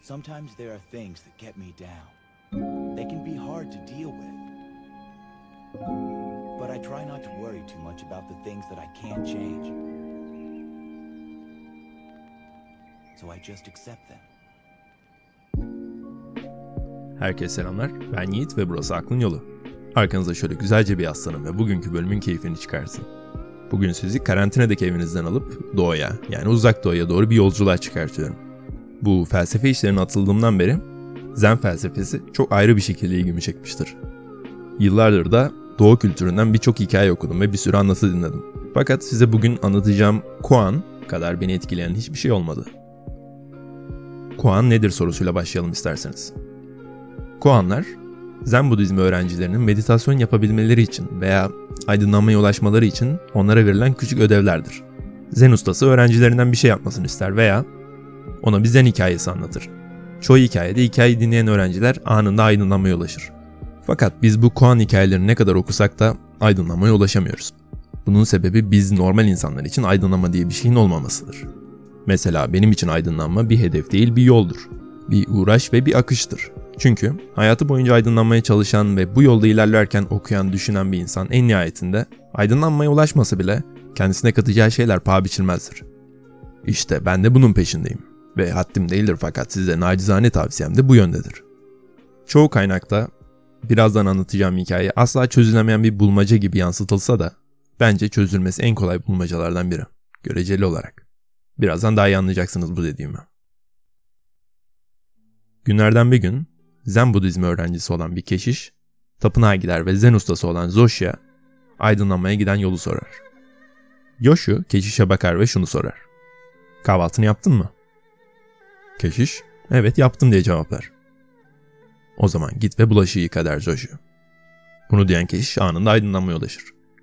Sometimes there are things that get me down. They can be hard to deal with. But I try not to worry too much about the things that I can't change. So I just accept them. Herkese selamlar. Ben Yiğit ve burası Aklın Yolu. Arkanıza şöyle güzelce bir yaslanın ve bugünkü bölümün keyfini çıkarsın. Bugün sizi karantinadaki evinizden alıp doğuya, yani uzak doğuya doğru bir yolculuğa çıkartıyorum. Bu felsefe işlerine atıldığımdan beri Zen felsefesi çok ayrı bir şekilde ilgimi çekmiştir. Yıllardır da doğu kültüründen birçok hikaye okudum ve bir sürü anlatı dinledim. Fakat size bugün anlatacağım koan kadar beni etkileyen hiçbir şey olmadı. Koan nedir sorusuyla başlayalım isterseniz. Koanlar, Zen Budizmi öğrencilerinin meditasyon yapabilmeleri için veya aydınlanmaya ulaşmaları için onlara verilen küçük ödevlerdir. Zen ustası öğrencilerinden bir şey yapmasını ister veya ona bir Zen hikayesi anlatır. Çoğu hikayede hikayeyi dinleyen öğrenciler anında aydınlanmaya ulaşır. Fakat biz bu koan hikayelerini ne kadar okusak da aydınlanmaya ulaşamıyoruz. Bunun sebebi biz normal insanlar için aydınlanma diye bir şeyin olmamasıdır. Mesela benim için aydınlanma bir hedef değil, bir yoldur. Bir uğraş ve bir akıştır. Çünkü hayatı boyunca aydınlanmaya çalışan ve bu yolda ilerlerken okuyan, düşünen bir insan en nihayetinde aydınlanmaya ulaşmasa bile kendisine katacağı şeyler paha biçilmezdir. İşte ben de bunun peşindeyim. Ve haddim değildir fakat size nacizane tavsiyem de bu yöndedir. Çoğu kaynakta birazdan anlatacağım hikaye asla çözülemeyen bir bulmaca gibi yansıtılsa da bence çözülmesi en kolay bulmacalardan biri. Göreceli olarak. Birazdan daha iyi anlayacaksınız bu dediğimi. Günlerden bir gün Zen Budizmi öğrencisi olan bir keşiş tapınağa gider ve Zen ustası olan Zoshi'ye aydınlanmaya giden yolu sorar. Yoshu keşişe bakar ve şunu sorar. Kahvaltını yaptın mı? Keşiş, evet yaptım diye cevaplar. O zaman git ve bulaşığı yıka der Zoshi. Bunu diyen keşiş anında aydınlanmaya ulaşır.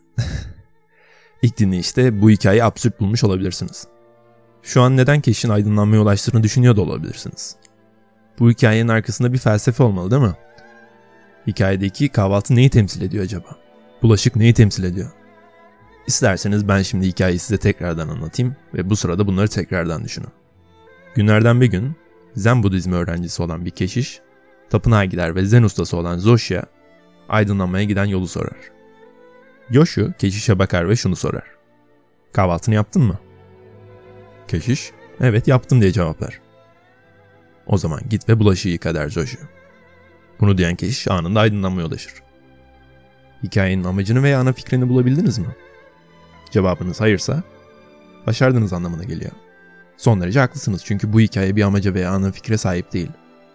İlk dinleyişte bu hikayeyi absürt bulmuş olabilirsiniz. Şu an neden keşişin aydınlanmaya ulaştığını düşünüyor da olabilirsiniz. Bu hikayenin arkasında bir felsefe olmalı değil mi? Hikayedeki kahvaltı neyi temsil ediyor acaba? Bulaşık neyi temsil ediyor? İsterseniz ben şimdi hikayeyi size tekrardan anlatayım ve bu sırada bunları tekrardan düşünün. Günlerden bir gün Zen Budizmi öğrencisi olan bir keşiş tapınağa gider ve Zen ustası olan Zoshi'ye aydınlanmaya giden yolu sorar. Yoshu keşişe bakar ve şunu sorar. Kahvaltını yaptın mı? Keşiş, evet yaptım diye cevaplar. O zaman git ve bulaşığı yıka der Zoshi. Bunu diyen keşiş anında aydınlanmaya ulaşır. Hikayenin amacını veya ana fikrini bulabildiniz mi? Cevabınız hayırsa başardınız anlamına geliyor. Son derece haklısınız çünkü bu hikaye bir amaca veya ana fikre sahip değil.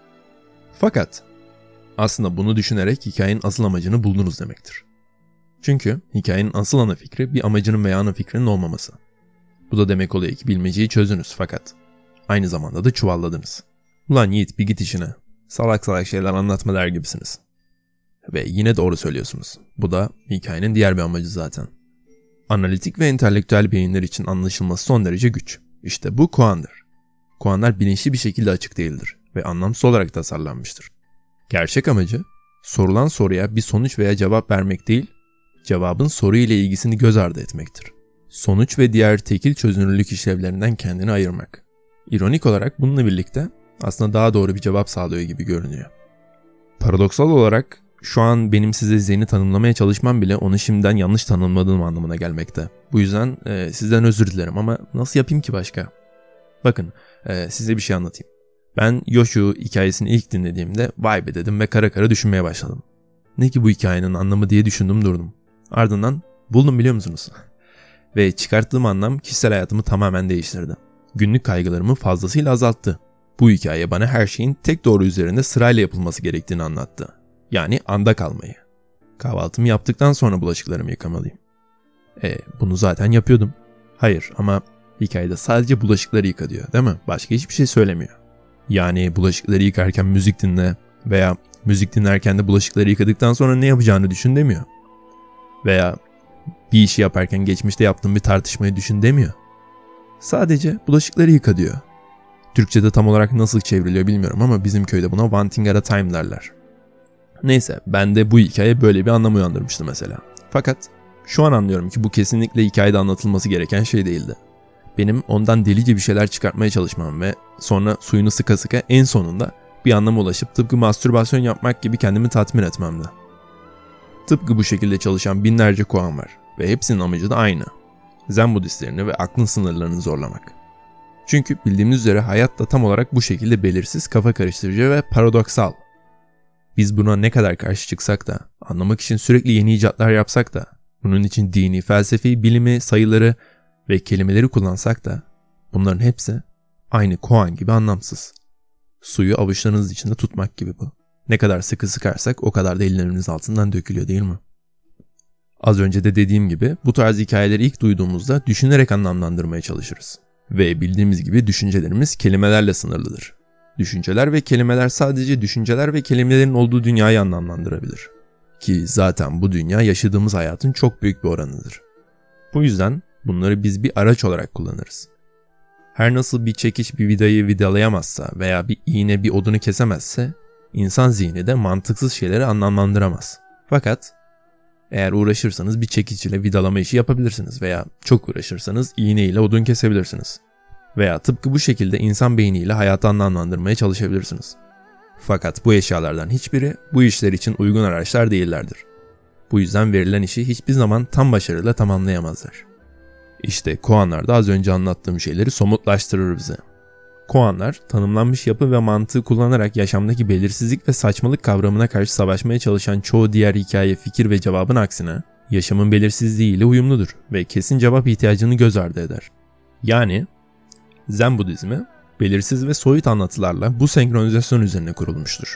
Fakat aslında bunu düşünerek hikayenin asıl amacını buldunuz demektir. Çünkü hikayenin asıl ana fikri bir amacının veya ana fikrinin olmaması. Bu da demek oluyor ki bilmeceyi çözdünüz fakat aynı zamanda da çuvalladınız. Ulan Yiğit bir git işine. Salak salak şeyler anlatma der gibisiniz. Ve yine doğru söylüyorsunuz. Bu da hikayenin diğer bir amacı zaten. Analitik ve entelektüel beyinler için anlaşılması son derece güç. İşte bu koandır. Koanlar bilinçli bir şekilde açık değildir ve anlamsız olarak tasarlanmıştır. Gerçek amacı sorulan soruya bir sonuç veya cevap vermek değil, cevabın soru ile ilgisini göz ardı etmektir. Sonuç ve diğer tekil çözünürlük işlevlerinden kendini ayırmak. İronik olarak bununla birlikte aslında daha doğru bir cevap sağlıyor gibi görünüyor. Paradoksal olarak şu an benim size Zen'i tanımlamaya çalışmam bile onu şimdiden yanlış tanımladığım anlamına gelmekte. Bu yüzden sizden özür dilerim ama nasıl yapayım ki başka? Bakın size bir şey anlatayım. Ben Yoshu hikayesini ilk dinlediğimde vay be dedim ve kara kara düşünmeye başladım. Ne ki bu hikayenin anlamı diye düşündüm durdum. Ardından buldum biliyor musunuz? Ve çıkarttığım anlam kişisel hayatımı tamamen değiştirdi. Günlük kaygılarımı fazlasıyla azalttı. Bu hikaye bana her şeyin tek doğru üzerinde sırayla yapılması gerektiğini anlattı. Yani anda kalmayı. Kahvaltımı yaptıktan sonra bulaşıklarımı yıkamalıyım. Bunu zaten yapıyordum. Hayır ama hikayede sadece bulaşıkları yıka diyor değil mi? Başka hiçbir şey söylemiyor. Yani bulaşıkları yıkarken müzik dinle veya müzik dinlerken de bulaşıkları yıkadıktan sonra ne yapacağını düşün demiyor. Veya bir işi yaparken geçmişte yaptığın bir tartışmayı düşün demiyor. Sadece bulaşıkları yıka diyor. Türkçe'de tam olarak nasıl çevriliyor bilmiyorum ama bizim köyde buna one thing at a time derler. Neyse ben de bu hikaye böyle bir anlam uyandırmıştı mesela. Fakat şu an anlıyorum ki bu kesinlikle hikayede anlatılması gereken şey değildi. benim ondan delice bir şeyler çıkartmaya çalışmam ve sonra suyunu sıka sıka en sonunda bir anlama ulaşıp tıpkı mastürbasyon yapmak gibi kendimi tatmin etmemdi. Tıpkı bu şekilde çalışan binlerce koan var ve hepsinin amacı da aynı. Zen Budistlerini ve aklın sınırlarını zorlamak. Çünkü bildiğimiz üzere hayat da tam olarak bu şekilde belirsiz, kafa karıştırıcı ve paradoksal. Biz buna ne kadar karşı çıksak da, anlamak için sürekli yeni icatlar yapsak da, bunun için dini, felsefi, bilimi, sayıları ve kelimeleri kullansak da, bunların hepsi aynı koan gibi anlamsız. Suyu avuçlarınız içinde tutmak gibi bu. Ne kadar sıkı sıkarsak o kadar da ellerimiz altından dökülüyor değil mi? Az önce de dediğim gibi bu tarz hikayeleri ilk duyduğumuzda düşünerek anlamlandırmaya çalışırız. Ve bildiğimiz gibi düşüncelerimiz kelimelerle sınırlıdır. Düşünceler ve kelimeler sadece düşünceler ve kelimelerin olduğu dünyayı anlamlandırabilir. Ki zaten bu dünya yaşadığımız hayatın çok büyük bir oranıdır. Bu yüzden bunları biz bir araç olarak kullanırız. Her nasıl bir çekiç bir vidayı vidalayamazsa veya bir iğne bir odunu kesemezse, insan zihni de mantıksız şeyleri anlamlandıramaz. Fakat eğer uğraşırsanız bir çekiç ile vidalama işi yapabilirsiniz veya çok uğraşırsanız iğne ile odun kesebilirsiniz. Veya tıpkı bu şekilde insan beyniyle hayatı anlamlandırmaya çalışabilirsiniz. Fakat bu eşyalardan hiçbiri bu işler için uygun araçlar değillerdir. Bu yüzden verilen işi hiçbir zaman tam başarıyla tamamlayamazlar. İşte koanlar da az önce anlattığım şeyleri somutlaştırır bize. Koanlar, tanımlanmış yapı ve mantığı kullanarak yaşamdaki belirsizlik ve saçmalık kavramına karşı savaşmaya çalışan çoğu diğer hikaye, fikir ve cevabın aksine, yaşamın belirsizliği ile uyumludur ve kesin cevap ihtiyacını göz ardı eder. Yani, Zen Budizmi, belirsiz ve soyut anlatılarla bu senkronizasyon üzerine kurulmuştur.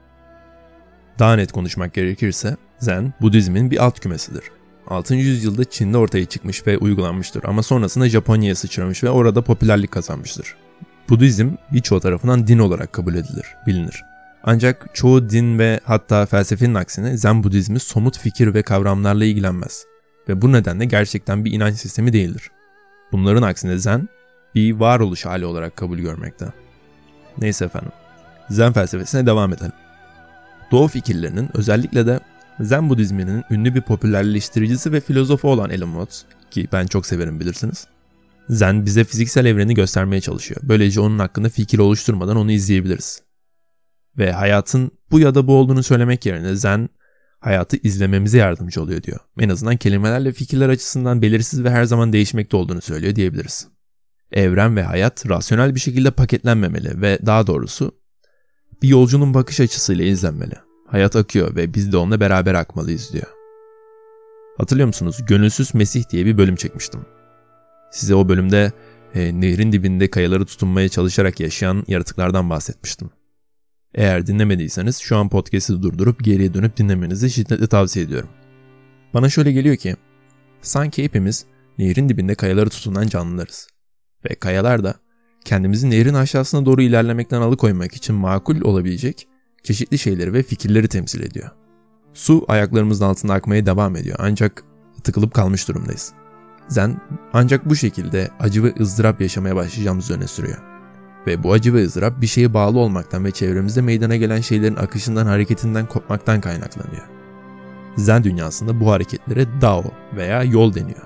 Daha net konuşmak gerekirse, Zen, Budizmin bir alt kümesidir. 6. yüzyılda Çin'de ortaya çıkmış ve uygulanmıştır ama sonrasında Japonya'ya sıçramış ve orada popülerlik kazanmıştır. Budizm birçoğu tarafından din olarak kabul edilir, bilinir. Ancak çoğu din ve hatta felsefenin aksine Zen Budizmi somut fikir ve kavramlarla ilgilenmez ve bu nedenle gerçekten bir inanç sistemi değildir. Bunların aksine Zen, bir varoluş hali olarak kabul görmekte. Neyse efendim, Zen felsefesine devam edelim. Doğu fikirlerinin özellikle de Zen Budizminin ünlü bir popülerleştiricisi ve filozofu olan Elon Watts, ki ben çok severim bilirsiniz, Zen bize fiziksel evreni göstermeye çalışıyor. Böylece onun hakkında fikir oluşturmadan onu izleyebiliriz. Ve hayatın bu ya da bu olduğunu söylemek yerine Zen, hayatı izlememize yardımcı oluyor diyor. En azından kelimelerle fikirler açısından belirsiz ve her zaman değişmekte olduğunu söylüyor diyebiliriz. Evren ve hayat rasyonel bir şekilde paketlenmemeli ve daha doğrusu bir yolcunun bakış açısıyla izlenmeli. Hayat akıyor ve biz de onunla beraber akmalıyız diyor. Hatırlıyor musunuz? Gönülsüz Mesih diye bir bölüm çekmiştim. Size o bölümde nehrin dibinde kayaları tutunmaya çalışarak yaşayan yaratıklardan bahsetmiştim. Eğer dinlemediyseniz şu an podcast'i durdurup geriye dönüp dinlemenizi şiddetle tavsiye ediyorum. Bana şöyle geliyor ki, sanki hepimiz nehrin dibinde kayaları tutunan canlılarız. Ve kayalar da kendimizi nehrin aşağısına doğru ilerlemekten alıkoymak için makul olabilecek çeşitli şeyleri ve fikirleri temsil ediyor. Su ayaklarımızın altında akmaya devam ediyor ancak tıkılıp kalmış durumdayız. Zen ancak bu şekilde acı ve ızdırap yaşamaya başlayacağımızı öne sürüyor. Ve bu acı ve ızdırap bir şeye bağlı olmaktan ve çevremizde meydana gelen şeylerin akışından, hareketinden kopmaktan kaynaklanıyor. Zen dünyasında bu hareketlere Dao veya yol deniyor.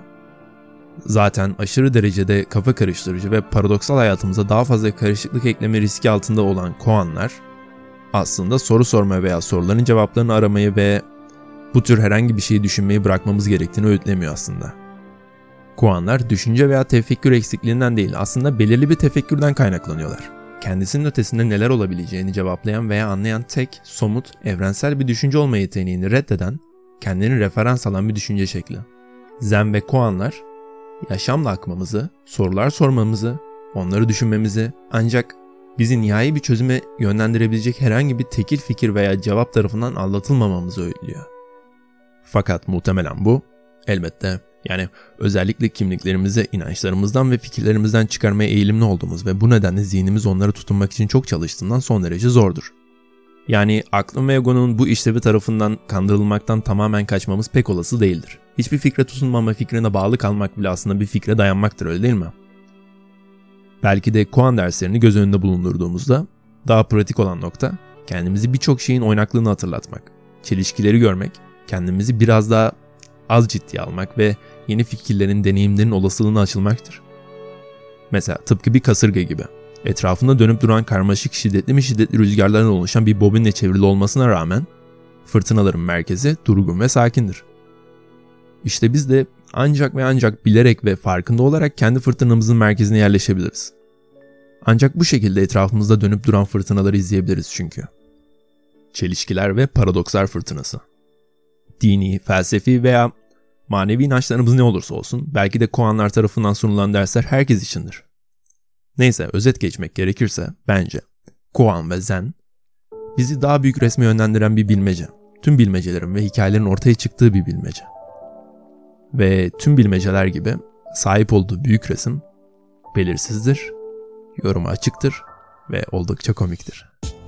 Zaten aşırı derecede kafa karıştırıcı ve paradoksal hayatımıza daha fazla karışıklık ekleme riski altında olan koanlar, aslında soru sorma veya soruların cevaplarını aramayı ve bu tür herhangi bir şeyi düşünmeyi bırakmamız gerektiğini öğütlemiyor aslında. Koanlar düşünce veya tefekkür eksikliğinden değil, aslında belirli bir tefekkürden kaynaklanıyorlar. Kendisinin ötesinde neler olabileceğini cevaplayan veya anlayan tek, somut, evrensel bir düşünce olma yeteneğini reddeden, kendini referans alan bir düşünce şekli. Zen ve koanlar, yaşamla akmamızı, sorular sormamızı, onları düşünmemizi, ancak bizi nihai bir çözüme yönlendirebilecek herhangi bir tekil fikir veya cevap tarafından aldatılmamamızı öğütlüyor. Fakat muhtemelen bu, elbette, yani özellikle kimliklerimizi inançlarımızdan ve fikirlerimizden çıkarmaya eğilimli olduğumuz ve bu nedenle zihnimiz onlara tutunmak için çok çalıştığından son derece zordur. Yani aklın ve egonun bu işlevi tarafından kandırılmaktan tamamen kaçmamız pek olası değildir. Hiçbir fikre tutunmama, fikrine bağlı kalmak bile aslında bir fikre dayanmaktır, öyle değil mi? Belki de koan derslerini göz önünde bulundurduğumuzda daha pratik olan nokta, kendimizi birçok şeyin oynaklığını hatırlatmak, çelişkileri görmek, kendimizi biraz daha az ciddiye almak ve yeni fikirlerin, deneyimlerin olasılığına açılmaktır. Mesela tıpkı bir kasırga gibi. Etrafında dönüp duran karmaşık şiddetli rüzgarlardan oluşan bir bobinle çevrili olmasına rağmen fırtınaların merkezi durgun ve sakindir. İşte biz de ancak ve ancak bilerek ve farkında olarak kendi fırtınamızın merkezine yerleşebiliriz. Ancak bu şekilde etrafımızda dönüp duran fırtınaları izleyebiliriz çünkü. Çelişkiler ve paradokslar fırtınası. Dini, felsefi veya manevi inançlarımız ne olursa olsun belki de koanlar tarafından sunulan dersler herkes içindir. Neyse, özet geçmek gerekirse bence koan ve zen bizi daha büyük resme yönlendiren bir bilmece. Tüm bilmecelerin ve hikayelerin ortaya çıktığı bir bilmece. Ve tüm bilmeceler gibi sahip olduğu büyük resim belirsizdir, yoruma açıktır ve oldukça komiktir.